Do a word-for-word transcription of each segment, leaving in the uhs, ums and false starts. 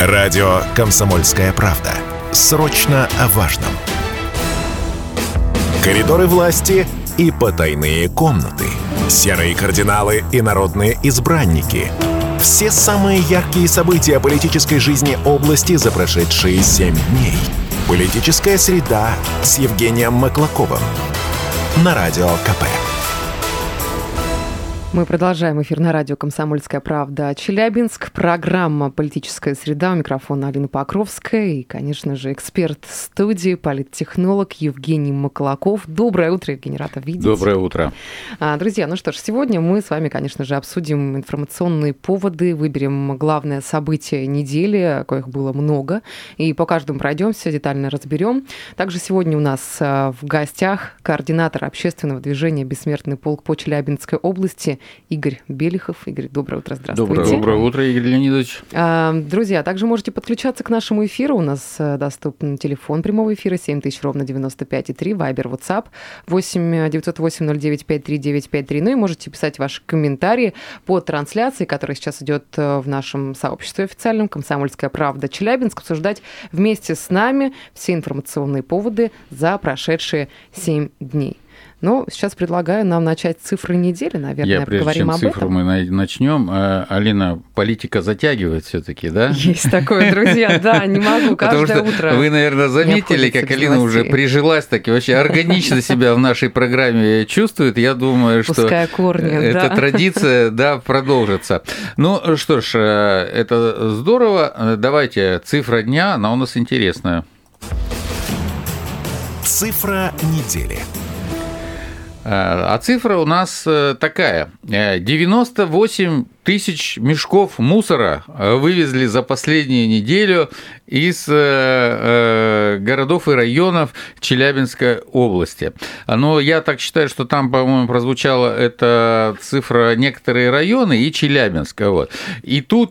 Радио «Комсомольская правда». Срочно о важном. Коридоры власти и потайные комнаты. Серые кардиналы и народные избранники. Все самые яркие события политической жизни области за прошедшие семь дней. Политическая среда с Евгением Маклаковым. На Радио КП. Мы продолжаем эфир на радио «Комсомольская правда» Челябинск. Программа «Политическая среда». У микрофона Алина Покровская и, конечно же, эксперт студии, политтехнолог Евгений Маклаков. Доброе утро, Евгений, рада видеть. Доброе утро. Друзья, ну что ж, сегодня мы с вами, конечно же, обсудим информационные поводы, выберем главное событие недели, коих было много, и по каждому пройдемся, детально разберем. Также сегодня у нас в гостях координатор общественного движения «Бессмертный полк» по Челябинской области Игорь Белихов. Игорь, доброе утро, здравствуйте. Доброе, доброе утро, Игорь Леонидович. Друзья, также можете подключаться к нашему эфиру. У нас доступен телефон прямого эфира семь тысяч ровно девяносто пять и три, Вайбер, WhatsApp восемь девятьсот восемь ноль девять пять три девять пять три. Ну и можете писать ваши комментарии по трансляции, которая сейчас идет в нашем сообществе официальном «Комсомольская правда» Челябинск, обсуждать вместе с нами все информационные поводы за прошедшие семь дней. Ну, сейчас предлагаю нам начать цифры недели, наверное, Я, прежде поговорим чем об цифру этом. мы начнем, Алина, политика затягивает все-таки, да? Есть такое, друзья, да, не могу каждое Потому утро. что вы, наверное, заметили, как Алина уже прижилась, так и вообще органично себя в нашей программе чувствует. Я думаю, что Пускай корни, эта да. традиция, да, продолжится. Ну что ж, это здорово. Давайте, цифра дня, она у нас интересная. Цифра недели. А цифра у нас такая. девяносто восемь тысяч мешков мусора вывезли за последнюю неделю из городов и районов Челябинской области. Но я так считаю, что там, по-моему, прозвучала эта цифра некоторые районы и Челябинск. Вот. И тут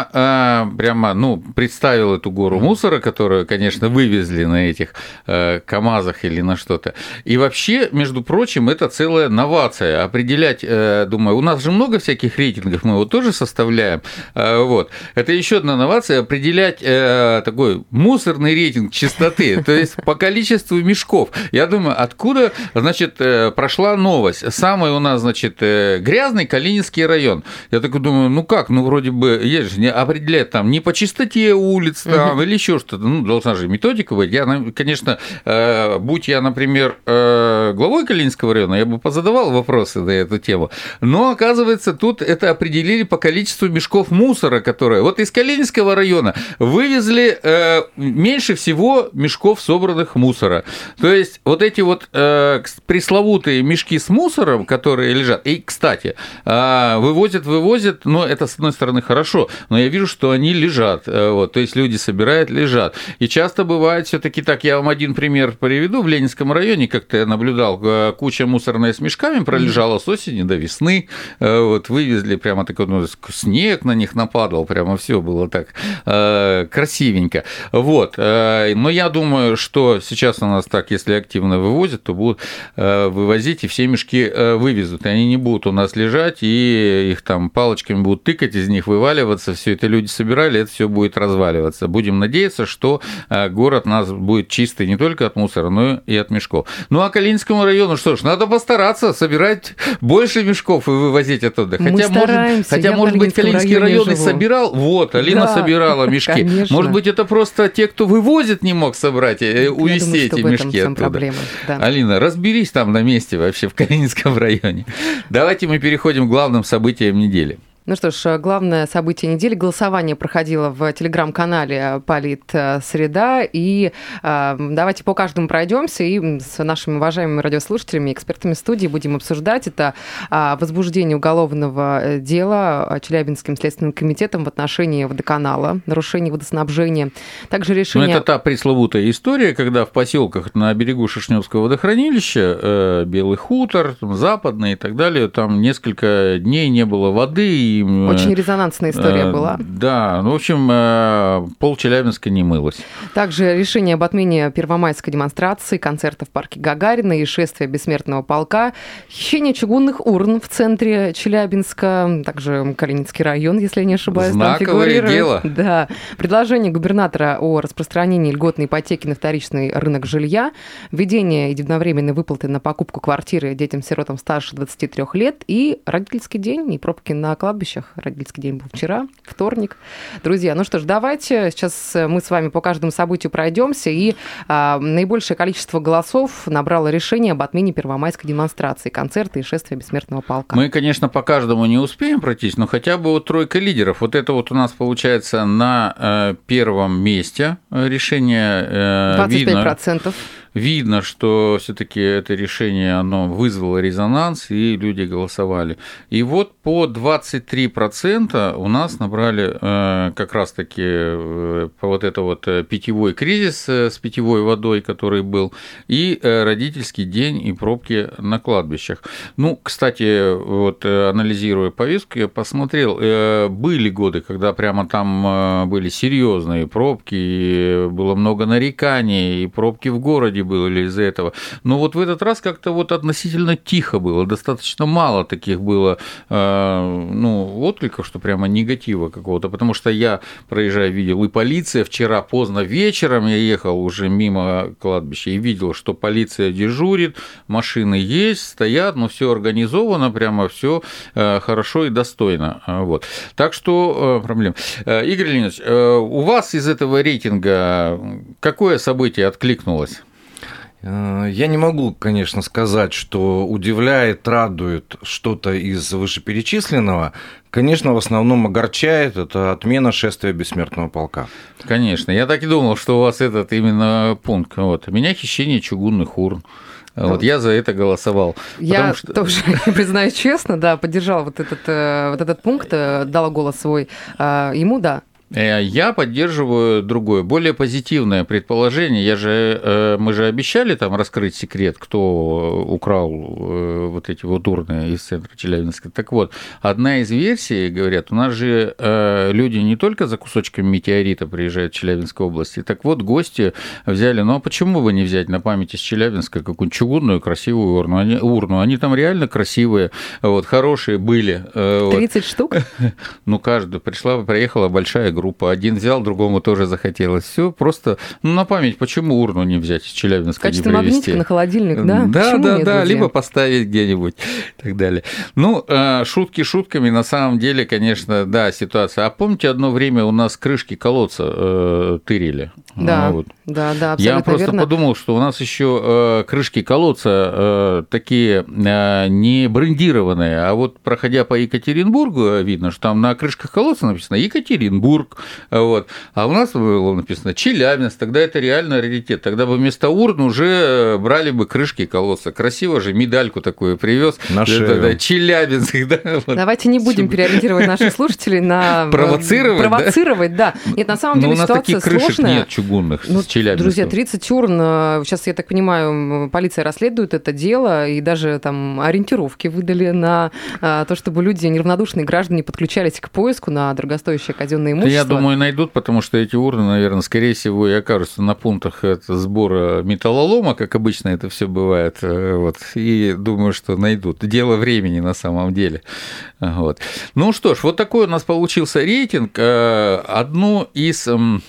я прямо ну, представил эту гору мусора, которую, конечно, вывезли на этих КАМАЗах или на что-то. И вообще, между прочим, это целая новация. Определять, думаю, у нас же много всяких рейтингов, мы его тоже составляем. Вот. Это еще одна новация, определять такой мусорный рейтинг чистоты, то есть по количеству мешков. Я думаю, откуда, значит, прошла новость. Самый у нас, значит, грязный Калининский район. Я такой думаю, ну как, ну вроде бы, есть же, не определяет там не по чистоте улиц там, угу. или еще что-то, ну, должна же методика быть. Я, конечно, будь я, например, главой Калининского района, я бы позадавал вопросы на эту тему. Но, оказывается, тут это определили по количеству мешков мусора, которые... Вот из Калининского района вывезли э, меньше всего мешков, собранных мусора. То есть, вот эти вот э, пресловутые мешки с мусором, которые лежат... И, кстати, э, вывозят, вывозят, но это, с одной стороны, хорошо, но я вижу, что они лежат. Э, вот, то есть, люди собирают, лежат. И часто бывает все таки так. Я вам один пример приведу. В Ленинском районе, как-то я наблюдал, куча мусорная с мешками пролежала с осени до весны. Э, вот, вывезли прямо такой, ну, снег на них нападал, прямо все было так э, красивенько. Вот. Э, но я думаю, что сейчас у нас так, если активно вывозят, то будут э, вывозить, и все мешки э, вывезут. И они не будут у нас лежать, и их там палочками будут тыкать, из них вываливаться. Все это люди собирали, это все будет разваливаться. Будем надеяться, что э, город у нас будет чистый не только от мусора, но и от мешков. Ну а Калининскому району, что ж, надо постараться собирать больше мешков и вывозить оттуда. Хотя, может, хотя, может быть, Калининский район и собирал. Вот, Алина да, собирала мешки. Конечно. Может быть, это просто те, кто вывозит, не мог собрать, я увезти эти мешки оттуда. Да. Алина, разберись там на месте вообще в Калининском районе. Давайте мы переходим к главным событиям недели. Ну что ж, главное событие недели. Голосование проходило в телеграм-канале «Политсреда». И э, давайте по каждому пройдемся и с нашими уважаемыми радиослушателями, экспертами студии будем обсуждать. Это э, возбуждение уголовного дела Челябинским следственным комитетом в отношении водоканала, нарушение водоснабжения. Также решение... Ну, это та пресловутая история, когда в поселках на берегу Шишневского водохранилища, э, Белый хутор, там, Западный и так далее, там несколько дней не было воды, и и... Очень резонансная история э, была. Да, ну, в общем, э, пол Челябинска не мылось. Также решение об отмене первомайской демонстрации, концерта в парке Гагарина и шествия Бессмертного полка, хищение чугунных урн в центре Челябинска, также Калининский район, если я не ошибаюсь, знаковое там фигурирует. дело. Да. Предложение губернатора о распространении льготной ипотеки на вторичный рынок жилья, введение единовременной выплаты на покупку квартиры детям-сиротам старше двадцати трёх лет и родительский день, и пробки на кладбищах. Родительский день был вчера, вторник. Друзья, ну что ж, давайте сейчас мы с вами по каждому событию пройдемся, и а, наибольшее количество голосов набрало решение об отмене первомайской демонстрации, концерта и шествия Бессмертного полка. Мы, конечно, по каждому не успеем пройтись, но хотя бы вот тройка лидеров. Вот это вот у нас получается на э, первом месте решение. Э, двадцать пять процентов. Видно, видно, что все-таки это решение, оно вызвало резонанс, и люди голосовали. И вот по двадцать три процента у нас набрали э, как раз-таки э, вот это вот питьевой кризис э, с питьевой водой, который был, и э, родительский день и пробки на кладбищах. Ну, кстати, вот э, анализируя повестку, я посмотрел, э, были годы, когда прямо там э, были серьезные пробки, и было много нареканий, и пробки в городе были из-за этого. Но вот в этот раз как-то вот относительно тихо было, достаточно мало таких было, ну, откликов, что прямо негатива какого-то, потому что я, проезжая, видел, и полиция вчера поздно вечером, я ехал уже мимо кладбища и видел, что полиция дежурит, машины есть, стоят, но все организовано, прямо все хорошо и достойно. Вот. Так что проблем. Игорь Леонидович, у вас из этого рейтинга какое событие откликнулось? Я не могу, конечно, сказать, что удивляет, радует что-то из вышеперечисленного. Конечно, в основном огорчает это отмена шествия Бессмертного полка. Конечно, я так и думал, что у вас этот именно пункт. Вот. У меня хищение чугунных урн. Вот я за это голосовал. Я что... тоже, признаюсь честно, да, поддержала вот этот, вот этот пункт, дала голос свой ему, да. Я поддерживаю другое, более позитивное предположение. Я же, мы же обещали там раскрыть секрет, кто украл вот эти вот урны из центра Челябинска. Так вот, одна из версий, говорят, у нас же люди не только за кусочками метеорита приезжают в Челябинской области. Так вот, гости взяли, ну а почему бы не взять на память из Челябинска какую-нибудь чугунную красивую урну? Они, урну, они там реально красивые, вот, хорошие были. тридцать вот. Штук? Ну, каждая пришла, приехала большая группа. группа. Один взял, другому тоже захотелось. Все просто, ну, на память, почему урну не взять из Челябинска, не привезти? Магнитика на холодильник, да? Да, почему да, нет, да, друзья? либо поставить где-нибудь и так далее. Ну, шутки шутками, на самом деле, конечно, да, ситуация. А помните, одно время у нас крышки колодца э, тырили? Да, вот. да, да, абсолютно Я просто верно. подумал, что у нас еще э, крышки колодца э, такие э, не брендированные, а вот проходя по Екатеринбургу, видно, что там на крышках колодца написано Екатеринбург, вот, а у нас было написано Челябинск, тогда это реально раритет, тогда бы вместо урн уже брали бы крышки колодца. Красиво же, медальку такую привез. Наши... Челябинск, да. Вот. Давайте не будем переориентировать наших слушателей на... Провоцировать, Провоцировать, да? да. Нет, на самом деле ну, у нас ситуация таких крышек сложная. нет чугунных ну, с Челябинском. Друзья, тридцать урн, сейчас, я так понимаю, полиция расследует это дело, и даже там ориентировки выдали на то, чтобы люди, неравнодушные граждане, подключались к поиску на дорогостоящее казенное имущество. Я думаю, найдут, потому что эти урны, наверное, скорее всего, и окажутся на пунктах сбора металлолома, как обычно это все бывает. Вот, и думаю, что найдут. Дело времени на самом деле. Вот. Ну что ж, вот такой у нас получился рейтинг. Одну из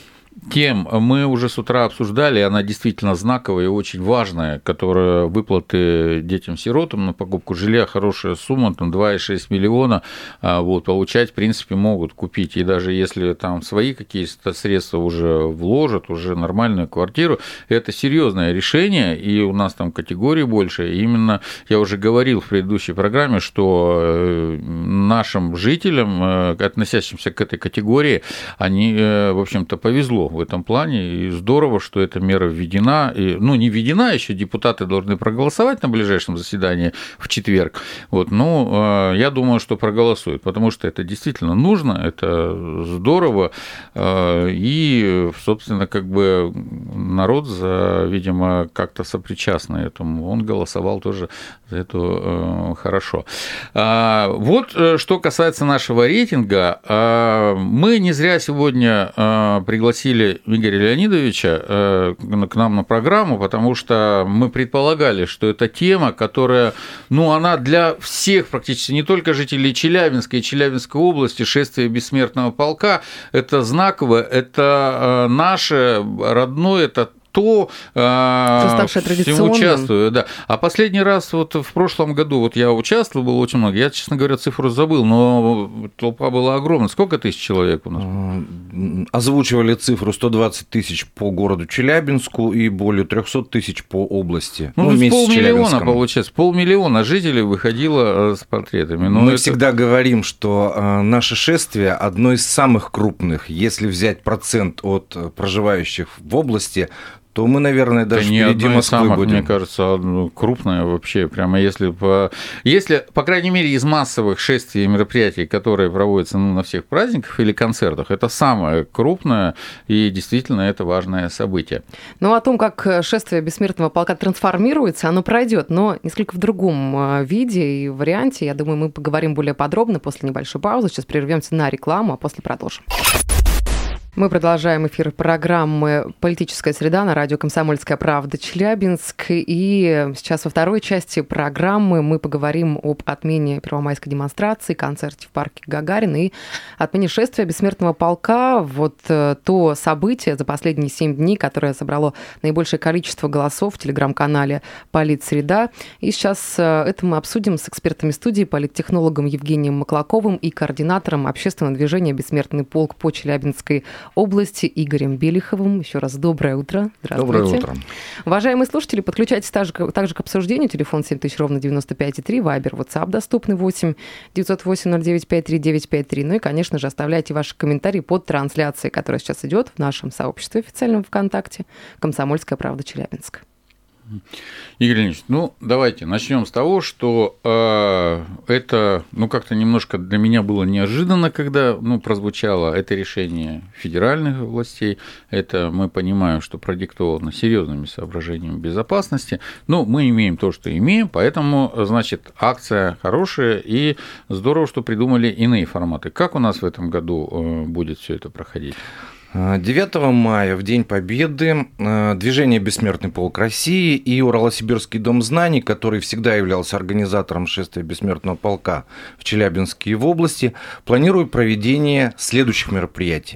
тем мы уже с утра обсуждали, она действительно знаковая и очень важная, которая выплаты детям-сиротам на покупку жилья, хорошая сумма, там два и шесть миллиона, вот, получать, в принципе, могут купить. И даже если там свои какие-то средства уже вложат, уже нормальную квартиру, это серьезное решение, и у нас там категории больше. И именно я уже говорил в предыдущей программе, что нашим жителям, относящимся к этой категории, они, в общем-то, повезло в этом плане, и здорово, что эта мера введена, и, ну, не введена еще, депутаты должны проголосовать на ближайшем заседании в четверг, вот, но я думаю, что проголосуют, потому что это действительно нужно, это здорово, и, собственно, как бы народ, за, видимо, как-то сопричастный этому, он голосовал тоже Это хорошо. Вот что касается нашего рейтинга. Мы не зря сегодня пригласили Игоря Леонидовича к нам на программу, потому что мы предполагали, что это тема, которая, ну, она для всех практически, не только жителей Челябинска и Челябинской области, шествие бессмертного полка, это знаково, это наше родное, это то всему участвую, да. А последний раз вот в прошлом году вот я участвовал, было очень много. Я, честно говоря, цифру забыл, но толпа была огромная. Сколько тысяч человек у нас? Озвучивали цифру сто двадцать тысяч по городу Челябинску и более триста тысяч по области. Ну, ну то есть полмиллиона, получается, полмиллиона жителей выходило с портретами. Но Мы это... всегда говорим, что наше шествие одно из самых крупных. Если взять процент от проживающих в области, то мы, наверное, даже да впереди Москвы самых, будем. Мне кажется, крупная вообще. Прямо если по... Если, по крайней мере, из массовых шествий и мероприятий, которые проводятся ну, на всех праздниках или концертах, это самое крупное и действительно это важное событие. Ну, о том, как шествие бессмертного полка трансформируется, оно пройдет, но несколько в другом виде и варианте. Я думаю, мы поговорим более подробно после небольшой паузы. Сейчас прервемся на рекламу, а после продолжим. Мы продолжаем эфир программы «Политическая среда» на радио «Комсомольская правда» Челябинск. И сейчас во второй части программы мы поговорим об отмене первомайской демонстрации, концерте в парке Гагарина и отмене шествия бессмертного полка. Вот то событие за последние семь дней, которое собрало наибольшее количество голосов в телеграм-канале «Политсреда». И сейчас это мы обсудим с экспертами студии, политтехнологом Евгением Маклаковым и координатором общественного движения «Бессмертный полк» по Челябинской области Игорем Белиховым. Еще раз доброе утро. Здравствуйте. Доброе утро. Уважаемые слушатели, подключайтесь также, также к обсуждению. Телефон семь тысяч ровно девяносто пять и три, Вайбер, WhatsApp доступны восемь девятьсот восемь ноль девять пять три девять пять три. Ну и, конечно же, оставляйте ваши комментарии под трансляцией, которая сейчас идет в нашем сообществе официальном ВКонтакте «Комсомольская правда Челябинск». Игорь Леонидович, ну давайте начнем с того, что э, это, ну как-то немножко для меня было неожиданно, когда, ну, прозвучало это решение федеральных властей. Это мы понимаем, что продиктовано серьезными соображениями безопасности. Но мы имеем то, что имеем, поэтому, значит, акция хорошая и здорово, что придумали иные форматы. Как у нас в этом году э, будет все это проходить? девятого мая, в День Победы, движение «Бессмертный полк России» и Урало-Сибирский дом знаний, который всегда являлся организатором шествия Бессмертного полка в Челябинске и в области, планируют проведение следующих мероприятий.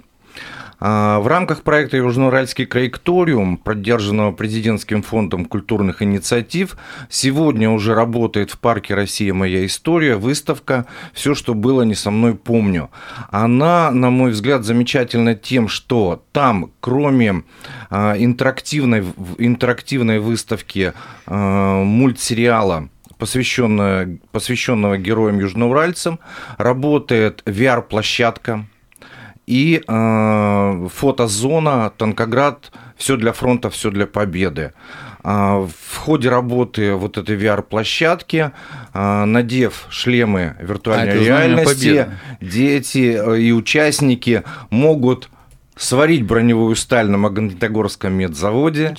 В рамках проекта «Южноуральский траекториум», поддержанного Президентским фондом культурных инициатив, сегодня уже работает в парке «Россия. Моя история» выставка «Все, что было, не со мной, помню». Она, на мой взгляд, замечательна тем, что там, кроме интерактивной, интерактивной выставки мультсериала, посвященного, посвященного героям-южноуральцам, работает ви ар-площадка, и э, фотозона «Танкоград. Все для фронта, все для победы». Э, в ходе работы вот этой ви ар-площадки, э, надев шлемы виртуальной а, реальности, дети и участники могут сварить броневую сталь на Магнитогорском медзаводе,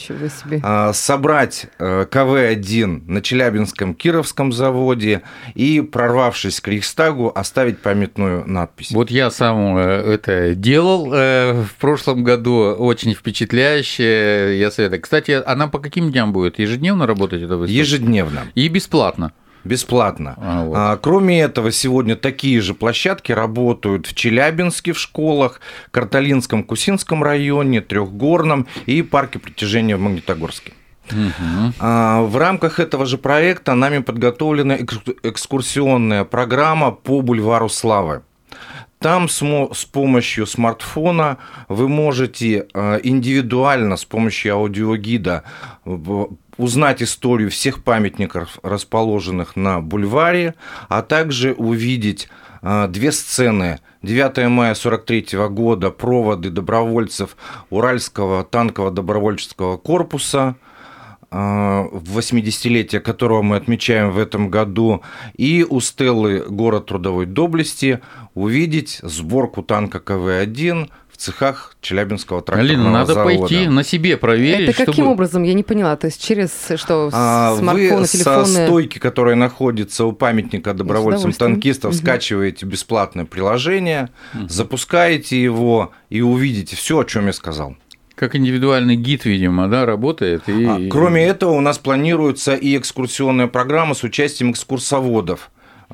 собрать ка вэ один на Челябинском Кировском заводе и, прорвавшись к Рейхстагу, оставить памятную надпись. Вот я сам это делал в прошлом году, очень впечатляюще. Я советую. Кстати, она по каким дням будет? Ежедневно работать эта выставка? Ежедневно. И бесплатно? Бесплатно. А, вот. а, кроме этого, сегодня такие же площадки работают в Челябинске в школах, Карталинском, Кусинском районе, Трехгорном и парке притяжения в Магнитогорске. Угу. А, в рамках этого же проекта нами подготовлена экскурсионная программа по бульвару Славы. Там с помощью смартфона вы можете индивидуально, с помощью аудиогида, узнать историю всех памятников, расположенных на бульваре, а также увидеть две сцены. девятого мая сорок третьего года проводы добровольцев Уральского танково-добровольческого корпуса, восьмидесятилетие которого мы отмечаем в этом году, и у стелы «Город трудовой доблести» увидеть сборку танка ка вэ один в цехах Челябинского тракторного Алина, надо завода. пойти на себе проверить. Это каким чтобы... образом? Я не поняла. То есть через что? А, Смартфоны, вы телефоны? со стойки, которая находится у памятника добровольцам-танкистов, угу. скачиваете бесплатное приложение, угу. запускаете его и увидите все, о чем я сказал. Как индивидуальный гид, видимо, да, работает. И... А, кроме этого, у нас планируется и экскурсионная программа с участием экскурсоводов.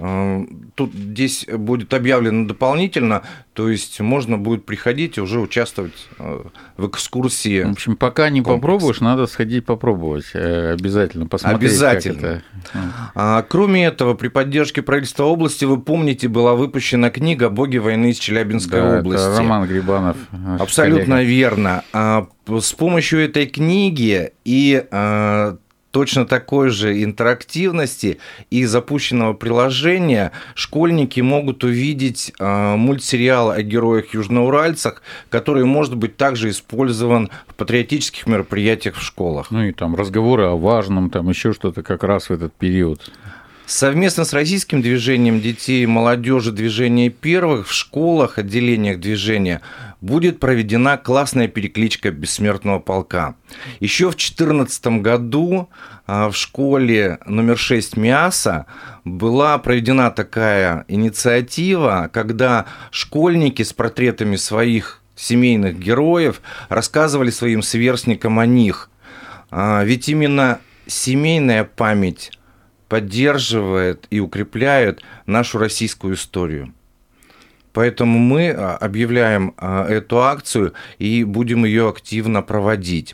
Тут здесь будет объявлено дополнительно, то есть можно будет приходить и уже участвовать в экскурсии. В общем, пока не комплекс. Попробуешь, надо сходить попробовать, обязательно посмотреть. Обязательно. Как это... а, кроме этого, при поддержке правительства области, вы помните, была выпущена книга «Боги войны из Челябинской да, области». Это Роман Грибанов. Абсолютно коллега. Верно. А, с помощью этой книги и а, точно такой же интерактивности и запущенного приложения школьники могут увидеть э, мультсериал о героях-южноуральцах, который может быть также использован в патриотических мероприятиях в школах. Ну и там разговоры о важном, там еще что-то как раз в этот период. Совместно с российским движением детей и молодежи «Движение первых» в школах, отделениях движения будет проведена классная перекличка бессмертного полка. Еще в две тысячи четырнадцатом году в школе номер шесть МИАСа была проведена такая инициатива, когда школьники с портретами своих семейных героев рассказывали своим сверстникам о них. Ведь именно семейная память поддерживает и укрепляет нашу российскую историю. Поэтому мы объявляем эту акцию и будем ее активно проводить.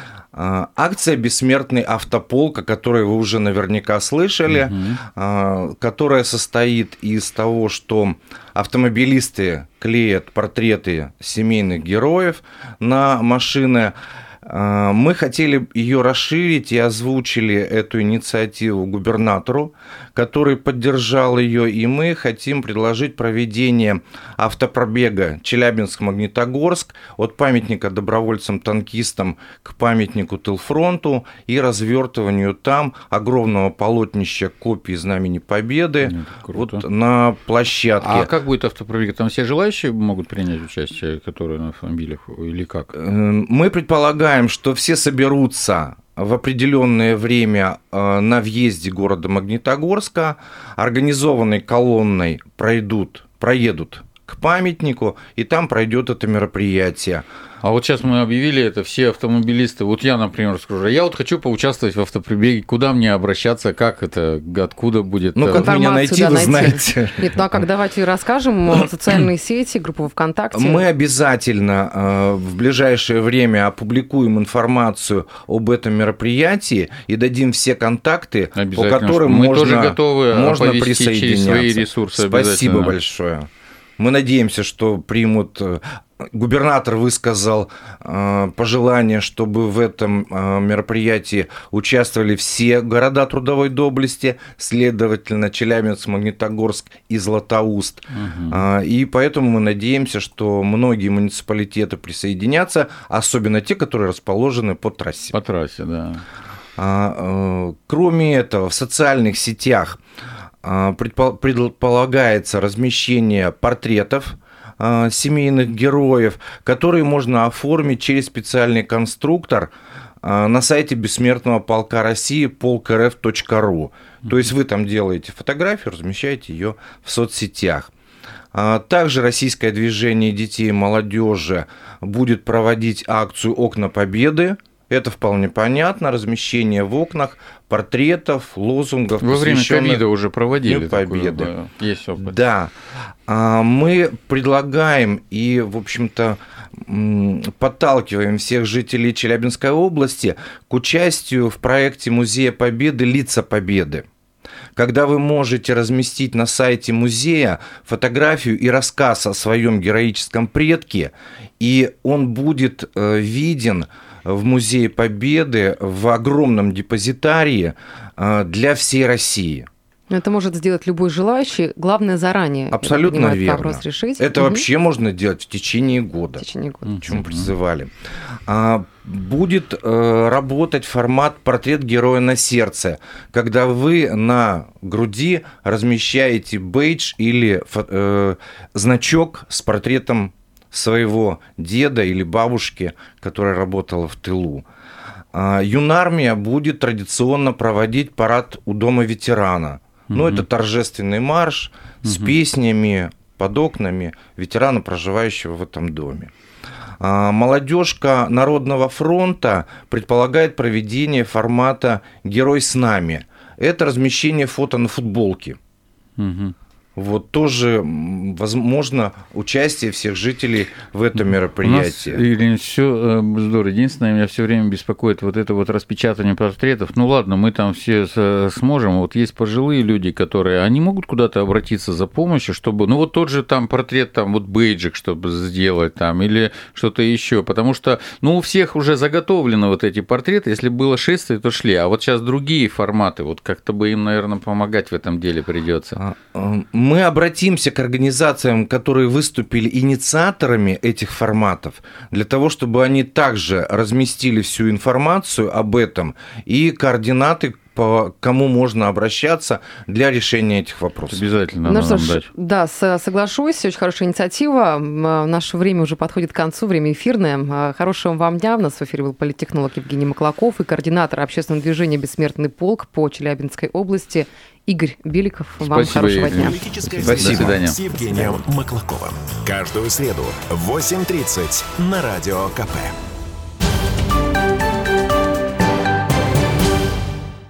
Акция «Бессмертный автополк», о которой вы уже наверняка слышали, угу. которая состоит из того, что автомобилисты клеят портреты семейных героев на машины. Мы хотели ее расширить и озвучили эту инициативу губернатору, который поддержал ее, и мы хотим предложить проведение автопробега Челябинск-Магнитогорск от памятника добровольцам-танкистам к памятнику Тылфронту и развертыванию там огромного полотнища копий Знамени Победы вот на площадке. А как будет автопробег? Там все желающие могут принять участие, которые на автомобилях, или как? Мы предполагаем, что все соберутся в определенное время на въезде города Магнитогорска, организованной колонной пройдут, проедут к памятнику, и там пройдет это мероприятие. А вот сейчас мы объявили это, все автомобилисты, вот я, например, скажу, я вот хочу поучаствовать в автопробеге, куда мне обращаться, как это, откуда будет? Ну, как меня найти, да, вы найти. знаете. Нет, ну а как, давайте расскажем, социальные сети, группа ВКонтакте. Мы обязательно э, в ближайшее время опубликуем информацию об этом мероприятии и дадим все контакты, по которым мы можно, тоже готовы можно присоединяться. Через свои ресурсы. Спасибо большое. Мы надеемся, что примут... Губернатор высказал э, пожелание, чтобы в этом э, мероприятии участвовали все города трудовой доблести, следовательно, Челябинск, Магнитогорск и Златоуст. Угу. Э, и поэтому мы надеемся, что многие муниципалитеты присоединятся, особенно те, которые расположены по трассе. По трассе, да. Э, э, кроме этого, в социальных сетях э, предполагается размещение портретов семейных героев, которые можно оформить через специальный конструктор на сайте Бессмертного полка России полк эр эф точка ру. То есть вы там делаете фотографию, размещаете ее в соцсетях. Также Российское движение детей и молодежи будет проводить акцию «Окна Победы». Это вполне понятно, размещение в окнах портретов, лозунгов, во время ковида уже проводили победы. Такое, есть опыт. Да, мы предлагаем и, в общем-то, подталкиваем всех жителей Челябинской области к участию в проекте Музея Победы «Лица Победы», когда вы можете разместить на сайте музея фотографию и рассказ о своем героическом предке, и он будет виден в Музее Победы в огромном депозитарии для всей России. Это может сделать любой желающий, главное заранее. Абсолютно понимаю, верно. Вопрос решить. Это угу. вообще можно делать в течение года. В течение года. О чем призывали. Будет работать формат «Портрет героя на сердце», когда вы на груди размещаете бейдж или значок с портретом своего деда или бабушки, которая работала в тылу. Юнармия будет традиционно проводить парад у Дома ветерана. Mm-hmm. Ну, это торжественный марш mm-hmm. с песнями под окнами ветерана, проживающего в этом доме. Молодежка Народного фронта предполагает проведение формата «Герой с нами». Это размещение фото на футболке. Угу. Вот тоже возможно участие всех жителей в этом мероприятии. У нас, Ирина, все здорово. Единственное, меня все время беспокоит вот это вот распечатание портретов. Ну ладно, мы там все сможем. Вот есть пожилые люди, которые, они могут куда-то обратиться за помощью, чтобы, ну вот тот же там портрет, там вот бейджик, чтобы сделать там, или что-то еще, потому что, ну у всех уже заготовлены вот эти портреты. Если было шествие, то шли, а вот сейчас другие форматы, вот как-то бы им, наверное, помогать в этом деле придется. Мы обратимся к организациям, которые выступили инициаторами этих форматов, для того, чтобы они также разместили всю информацию об этом и координаты, по кому можно обращаться для решения этих вопросов. Обязательно ну, надо что нам ж, дать. Да, соглашусь, очень хорошая инициатива. Наше время уже подходит к концу, время эфирное. Хорошего вам дня. У нас в эфире был политтехнолог Евгений Маклаков и координатор общественного движения «Бессмертный полк» по Челябинской области Игорь Беликов. Вам Спасибо, хорошего Игорь. дня. Политическая Спасибо. До свидания. с Евгением Маклаковым. Каждую среду в восемь тридцать на Радио КП.